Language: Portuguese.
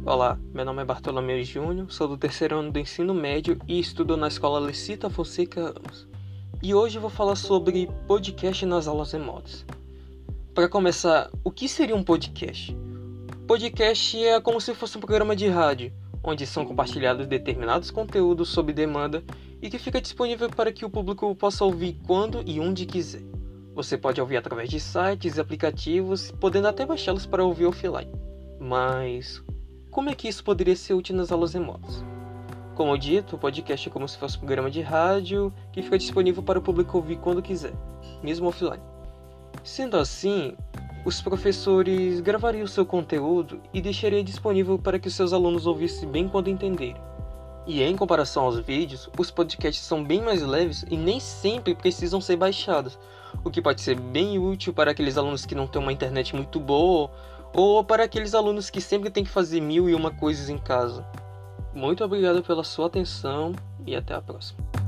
Olá, meu nome é Bartolomeu Júnior, sou do terceiro ano do ensino médio e estudo na escola Lecita Fonseca Ramos. E hoje vou falar sobre podcast nas aulas remotas. Para começar, o que seria um podcast? Podcast é como se fosse um programa de rádio, onde são compartilhados determinados conteúdos sob demanda e que fica disponível para que o público possa ouvir quando e onde quiser. Você pode ouvir através de sites e aplicativos, podendo até baixá-los para ouvir offline. Mas como é que isso poderia ser útil nas aulas remotas? Como dito, o podcast é como se fosse um programa de rádio que fica disponível para o público ouvir quando quiser, mesmo offline. Sendo assim, os professores gravariam o seu conteúdo e deixariam disponível para que os seus alunos ouvissem bem quando entenderem. E em comparação aos vídeos, os podcasts são bem mais leves e nem sempre precisam ser baixados, o que pode ser bem útil para aqueles alunos que não têm uma internet muito boa ou para aqueles alunos que sempre têm que fazer 1001 coisas em casa. Muito obrigado pela sua atenção e até a próxima.